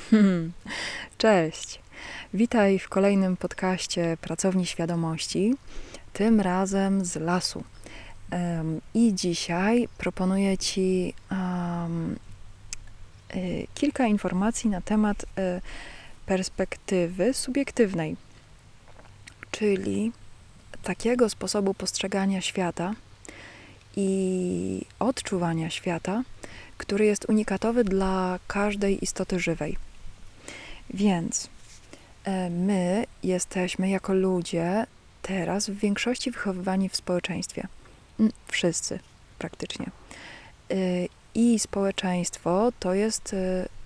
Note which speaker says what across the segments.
Speaker 1: Cześć! Witaj w kolejnym podcaście Pracowni Świadomości, tym razem z lasu. I dzisiaj proponuję Ci kilka informacji na temat perspektywy subiektywnej, czyli takiego sposobu postrzegania świata i odczuwania świata, który jest unikatowy dla każdej istoty żywej. Więc my jesteśmy jako ludzie teraz w większości wychowywani w społeczeństwie. Wszyscy praktycznie. I społeczeństwo to jest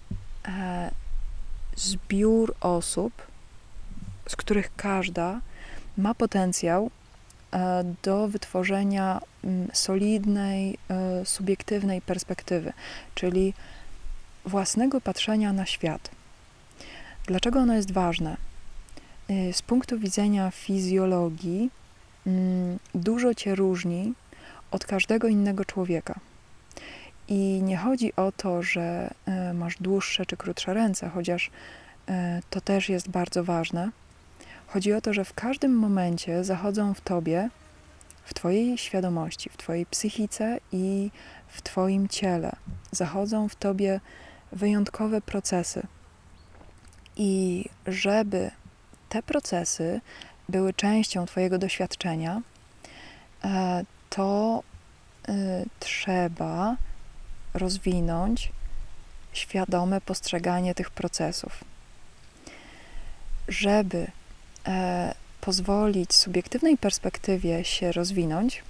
Speaker 1: zbiór osób, z których każda ma potencjał do wytworzenia solidnej, subiektywnej perspektywy, czyli własnego patrzenia na świat. Dlaczego ono jest ważne? Z punktu widzenia fizjologii dużo Cię różni od każdego innego człowieka. I nie chodzi o to, że masz dłuższe czy krótsze ręce, chociaż to też jest bardzo ważne. Chodzi o to, że w każdym momencie zachodzą w Tobie, w Twojej świadomości, w Twojej psychice i w Twoim ciele. Zachodzą w Tobie wyjątkowe procesy. I żeby te procesy były częścią Twojego doświadczenia, to trzeba rozwinąć świadome postrzeganie tych procesów. Żeby pozwolić subiektywnej perspektywie się rozwinąć,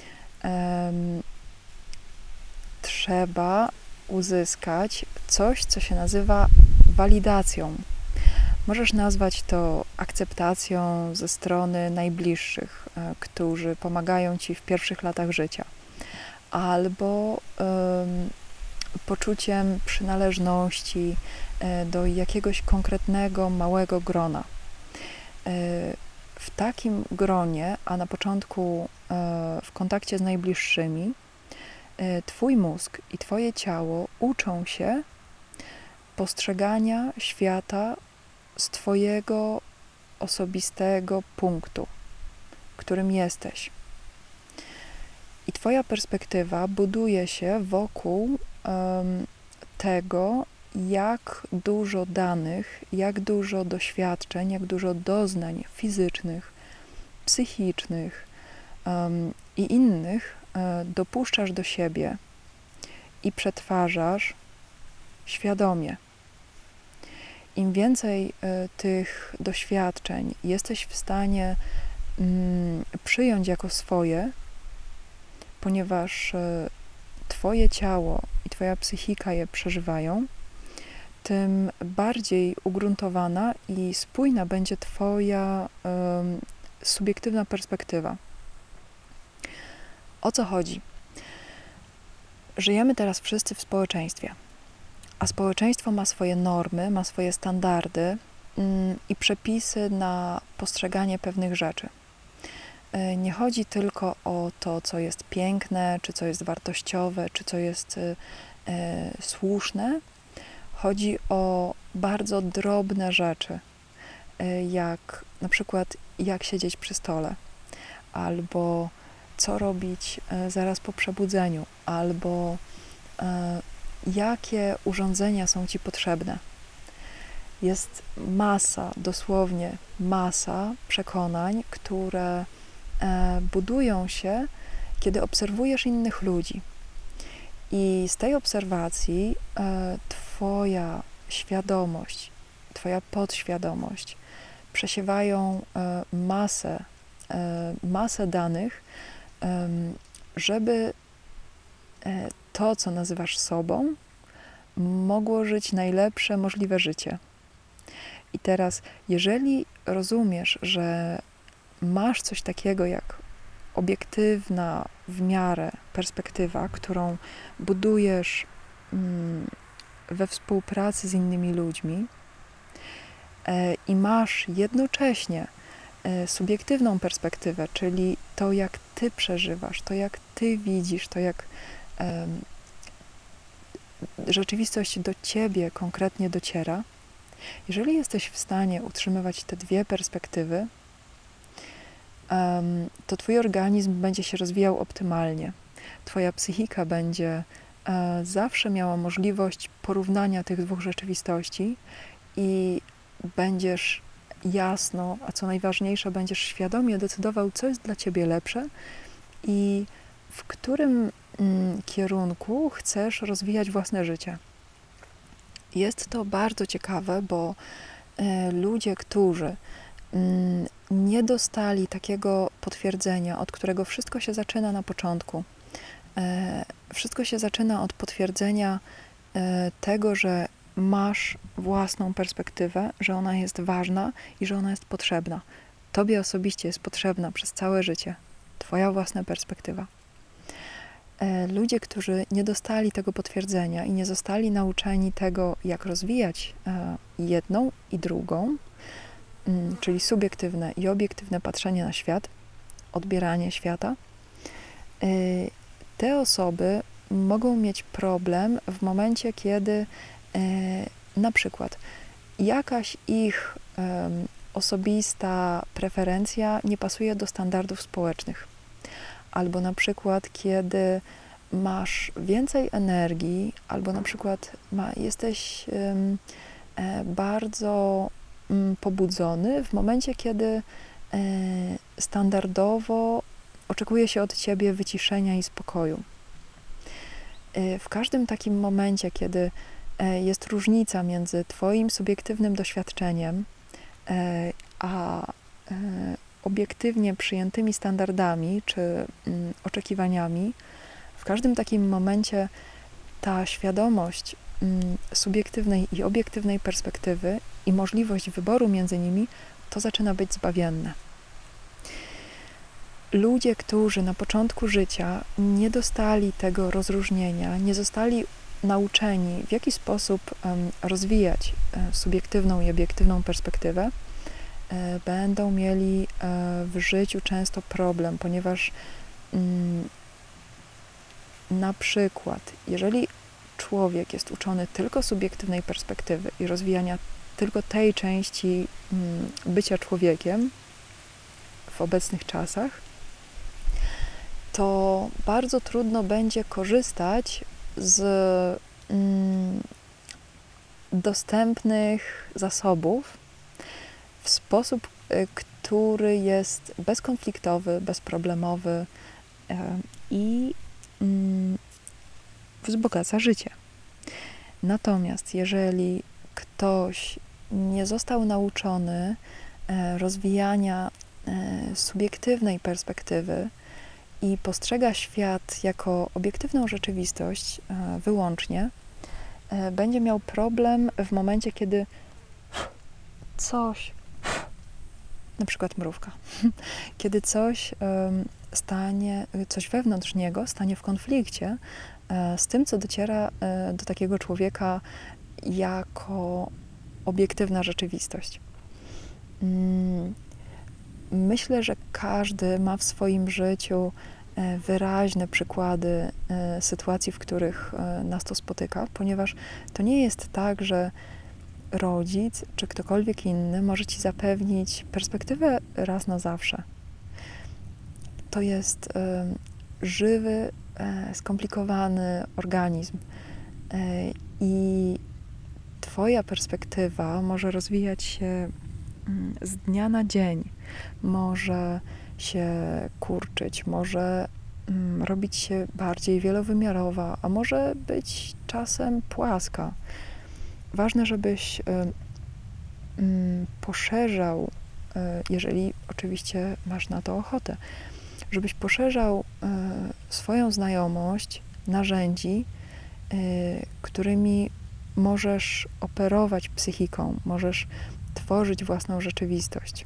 Speaker 1: trzeba uzyskać coś, co się nazywa walidacją. Możesz nazwać to akceptacją ze strony najbliższych, którzy pomagają Ci w pierwszych latach życia, albo poczuciem przynależności do jakiegoś konkretnego, małego grona. W takim gronie, a na początku w kontakcie z najbliższymi, Twój mózg i Twoje ciało uczą się postrzegania świata z Twojego osobistego punktu, którym jesteś. I Twoja perspektywa buduje się wokół tego, jak dużo danych, jak dużo doświadczeń, jak dużo doznań fizycznych, psychicznych i innych dopuszczasz do siebie i przetwarzasz świadomie. Im więcej tych doświadczeń jesteś w stanie przyjąć jako swoje, ponieważ Twoje ciało i Twoja psychika je przeżywają, tym bardziej ugruntowana i spójna będzie Twoja subiektywna perspektywa. O co chodzi? Żyjemy teraz wszyscy w społeczeństwie, a społeczeństwo ma swoje normy, ma swoje standardy i przepisy na postrzeganie pewnych rzeczy. Nie chodzi tylko o to, co jest piękne, czy co jest wartościowe, czy co jest słuszne. Chodzi o bardzo drobne rzeczy, jak na przykład jak siedzieć przy stole, albo co robić zaraz po przebudzeniu, albo jakie urządzenia są Ci potrzebne. Jest masa, dosłownie masa przekonań, które budują się, kiedy obserwujesz innych ludzi. I z tej obserwacji Twoja świadomość, Twoja podświadomość przesiewają masę danych, żeby to, co nazywasz sobą, mogło żyć najlepsze możliwe życie. I teraz, jeżeli rozumiesz, że masz coś takiego jak obiektywna w miarę perspektywa, którą budujesz we współpracy z innymi ludźmi i masz jednocześnie subiektywną perspektywę, czyli to, jak Ty przeżywasz, to, jak Ty widzisz, to, jak rzeczywistość do Ciebie konkretnie dociera, Jeżeli jesteś w stanie utrzymywać te dwie perspektywy, to twój organizm będzie się rozwijał optymalnie. Twoja psychika będzie zawsze miała możliwość porównania tych dwóch rzeczywistości i będziesz jasno, a co najważniejsze, będziesz świadomie decydował, co jest dla ciebie lepsze i w którym kierunku chcesz rozwijać własne życie. Jest to bardzo ciekawe, bo ludzie, którzy nie dostali takiego potwierdzenia, od którego wszystko się zaczyna na początku. Wszystko się zaczyna od potwierdzenia tego, że masz własną perspektywę, że ona jest ważna i że ona jest potrzebna. Tobie osobiście jest potrzebna przez całe życie. Twoja własna perspektywa. Ludzie, którzy nie dostali tego potwierdzenia i nie zostali nauczeni tego, jak rozwijać jedną i drugą, czyli subiektywne i obiektywne patrzenie na świat, odbieranie świata, te osoby mogą mieć problem w momencie, kiedy na przykład jakaś ich osobista preferencja nie pasuje do standardów społecznych. Albo na przykład, kiedy masz więcej energii, albo na przykład jesteś bardzo pobudzony w momencie, kiedy standardowo oczekuje się od ciebie wyciszenia i spokoju. W każdym takim momencie, kiedy jest różnica między twoim subiektywnym doświadczeniem a obiektywnie przyjętymi standardami czy oczekiwaniami, w każdym takim momencie ta świadomość subiektywnej i obiektywnej perspektywy i możliwość wyboru między nimi, to zaczyna być zbawienne. Ludzie, którzy na początku życia nie dostali tego rozróżnienia, nie zostali nauczeni, w jaki sposób rozwijać subiektywną i obiektywną perspektywę, będą mieli w życiu często problem, ponieważ na przykład, jeżeli człowiek jest uczony tylko subiektywnej perspektywy i rozwijania tylko tej części bycia człowiekiem w obecnych czasach, to bardzo trudno będzie korzystać z dostępnych zasobów w sposób, który jest bezkonfliktowy, bezproblemowy i wzbogaca życie. Natomiast jeżeli ktoś nie został nauczony rozwijania subiektywnej perspektywy i postrzega świat jako obiektywną rzeczywistość wyłącznie, będzie miał problem w momencie, kiedy coś, na przykład mrówka, kiedy coś coś wewnątrz niego stanie w konflikcie z tym, co dociera do takiego człowieka jako obiektywna rzeczywistość. Myślę, że każdy ma w swoim życiu wyraźne przykłady sytuacji, w których nas to spotyka, ponieważ to nie jest tak, że rodzic czy ktokolwiek inny może ci zapewnić perspektywę raz na zawsze. To jest żywy, skomplikowany organizm i twoja perspektywa może rozwijać się z dnia na dzień, może się kurczyć, może robić się bardziej wielowymiarowa, a może być czasem płaska. Ważne, żebyś poszerzał, jeżeli oczywiście masz na to ochotę, żebyś poszerzał swoją znajomość narzędzi, którymi możesz operować psychiką, możesz tworzyć własną rzeczywistość.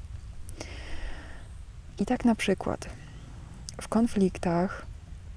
Speaker 1: I tak na przykład w konfliktach,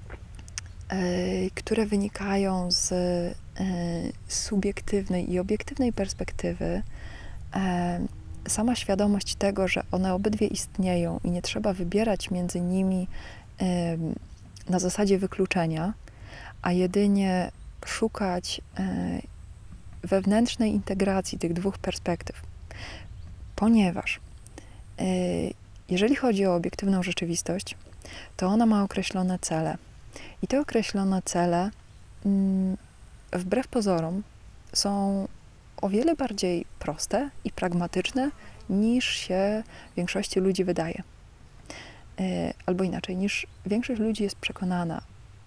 Speaker 1: które wynikają z subiektywnej i obiektywnej perspektywy, sama świadomość tego, że one obydwie istnieją i nie trzeba wybierać między nimi na zasadzie wykluczenia, a jedynie szukać wewnętrznej integracji tych dwóch perspektyw. Ponieważ jeżeli chodzi o obiektywną rzeczywistość, to ona ma określone cele. I te określone cele, wbrew pozorom, są o wiele bardziej proste i pragmatyczne, niż się większości ludzi wydaje. Albo inaczej, niż większość ludzi jest przekonana.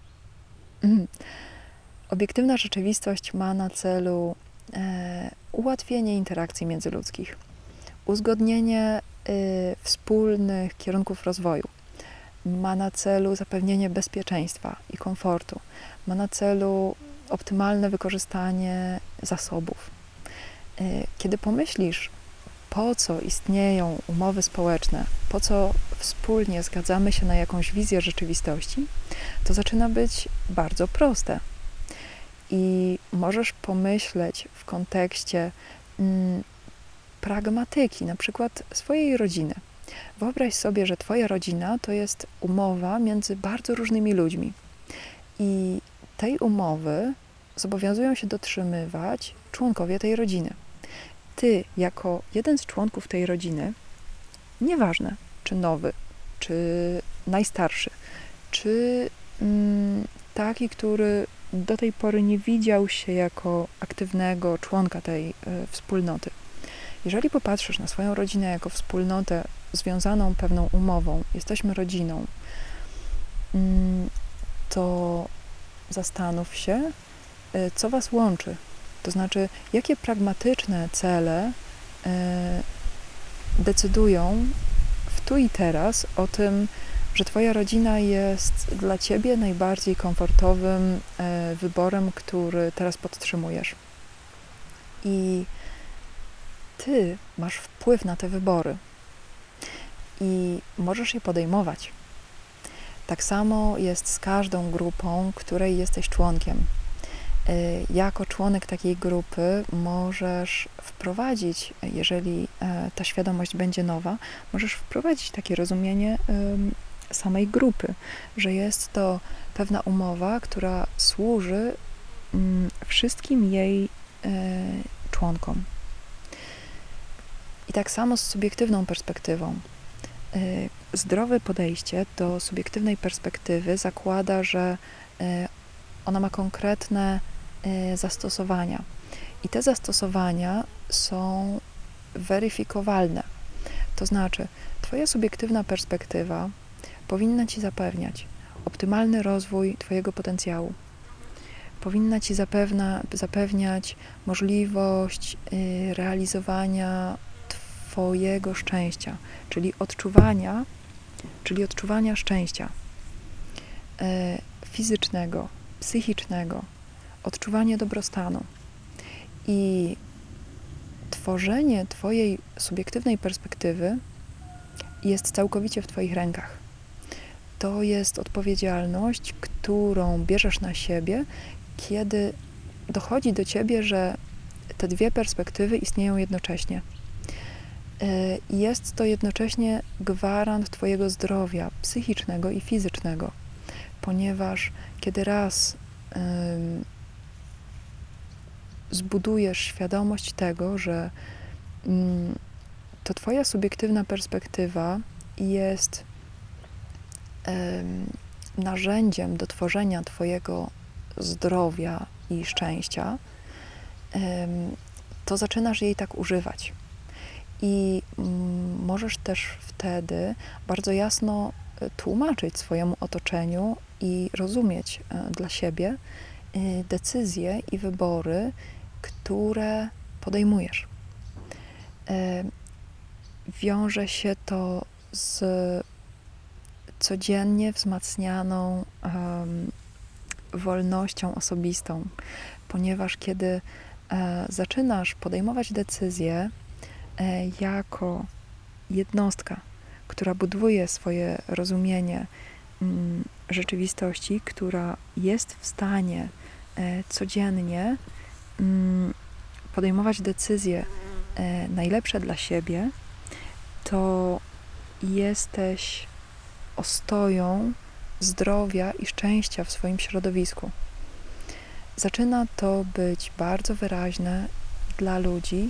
Speaker 1: Obiektywna rzeczywistość ma na celu ułatwienie interakcji międzyludzkich, uzgodnienie wspólnych kierunków rozwoju, ma na celu zapewnienie bezpieczeństwa i komfortu, ma na celu optymalne wykorzystanie zasobów. Kiedy pomyślisz, po co istnieją umowy społeczne, po co wspólnie zgadzamy się na jakąś wizję rzeczywistości, to zaczyna być bardzo proste. I możesz pomyśleć w kontekście pragmatyki, na przykład swojej rodziny. Wyobraź sobie, że twoja rodzina to jest umowa między bardzo różnymi ludźmi. I tej umowy zobowiązują się dotrzymywać członkowie tej rodziny. Ty, jako jeden z członków tej rodziny, nieważne, czy nowy, czy najstarszy, czy taki, który do tej pory nie widział się jako aktywnego członka tej wspólnoty. Jeżeli popatrzysz na swoją rodzinę jako wspólnotę związaną pewną umową, jesteśmy rodziną, to zastanów się, co was łączy. To znaczy, jakie pragmatyczne cele decydują w tu i teraz o tym, że twoja rodzina jest dla ciebie najbardziej komfortowym wyborem, który teraz podtrzymujesz. I ty masz wpływ na te wybory i możesz je podejmować. Tak samo jest z każdą grupą, której jesteś członkiem. Jako członek takiej grupy możesz wprowadzić, jeżeli ta świadomość będzie nowa, możesz wprowadzić takie rozumienie samej grupy, że jest to pewna umowa, która służy wszystkim jej członkom. I tak samo z subiektywną perspektywą. Zdrowe podejście do subiektywnej perspektywy zakłada, że ona ma konkretne zastosowania. I te zastosowania są weryfikowalne. To znaczy, twoja subiektywna perspektywa powinna ci zapewniać optymalny rozwój twojego potencjału. Powinna ci zapewniać możliwość realizowania twojego szczęścia, czyli odczuwania szczęścia fizycznego, psychicznego, odczuwanie dobrostanu. I tworzenie twojej subiektywnej perspektywy jest całkowicie w twoich rękach. To jest odpowiedzialność, którą bierzesz na siebie, kiedy dochodzi do ciebie, że te dwie perspektywy istnieją jednocześnie. Jest to jednocześnie gwarant twojego zdrowia psychicznego i fizycznego, ponieważ kiedy raz zbudujesz świadomość tego, że to twoja subiektywna perspektywa jest narzędziem do tworzenia twojego zdrowia i szczęścia, to zaczynasz jej tak używać. I możesz też wtedy bardzo jasno tłumaczyć swojemu otoczeniu i rozumieć dla siebie decyzje i wybory, które podejmujesz. Wiąże się to z codziennie wzmacnianą wolnością osobistą, ponieważ kiedy zaczynasz podejmować decyzje jako jednostka, która buduje swoje rozumienie rzeczywistości, która jest w stanie codziennie podejmować decyzje najlepsze dla siebie, to jesteś ostoją zdrowia i szczęścia w swoim środowisku. zaczyna to być bardzo wyraźne dla ludzi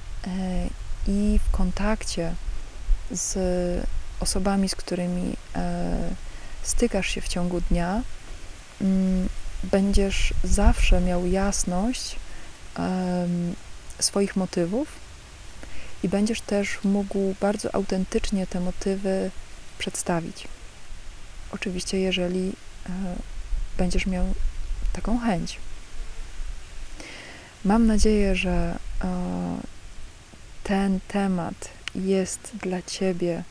Speaker 1: i w kontakcie z osobami, z którymi stykasz się w ciągu dnia, będziesz zawsze miał jasność swoich motywów i będziesz też mógł bardzo autentycznie te motywy przedstawić. Oczywiście, jeżeli będziesz miał taką chęć. Mam nadzieję, że ten temat jest dla Ciebie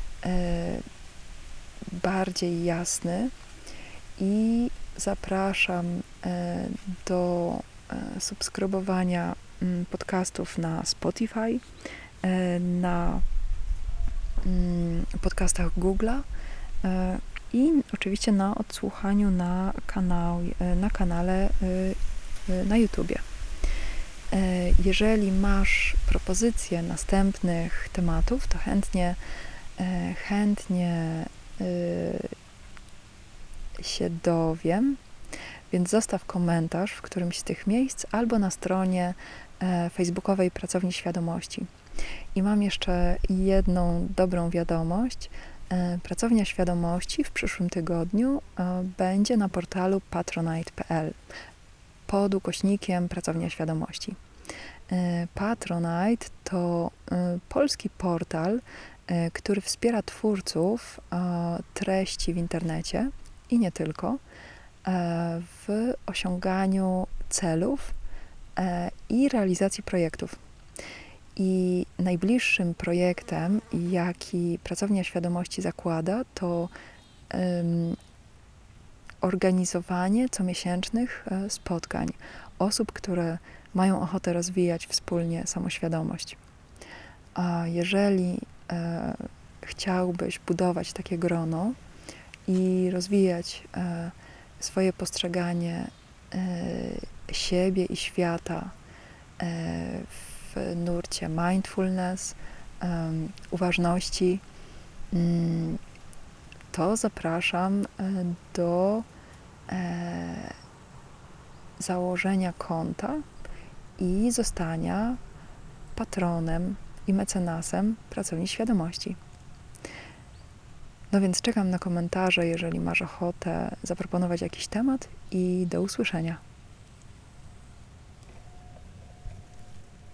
Speaker 1: bardziej jasny i zapraszam do subskrybowania podcastów na Spotify, na podcastach Google'a i oczywiście na odsłuchaniu na kanale na YouTubie. Jeżeli masz propozycje następnych tematów, to chętnie się dowiem, więc zostaw komentarz w którymś z tych miejsc albo na stronie facebookowej Pracowni Świadomości. I mam jeszcze jedną dobrą wiadomość. Pracownia Świadomości w przyszłym tygodniu będzie na portalu patronite.pl pod ukośnikiem Pracownia Świadomości. Patronite to polski portal, który wspiera twórców treści w internecie i nie tylko w osiąganiu celów i realizacji projektów. I najbliższym projektem, jaki Pracownia Świadomości zakłada, to organizowanie comiesięcznych spotkań osób, które mają ochotę rozwijać wspólnie samoświadomość. A jeżeli chciałbyś budować takie grono i rozwijać swoje postrzeganie siebie i świata w nurcie mindfulness, uważności, to zapraszam do założenia konta i zostania patronem i mecenasem Pracowni Świadomości. No więc czekam na komentarze, jeżeli masz ochotę zaproponować jakiś temat i do usłyszenia.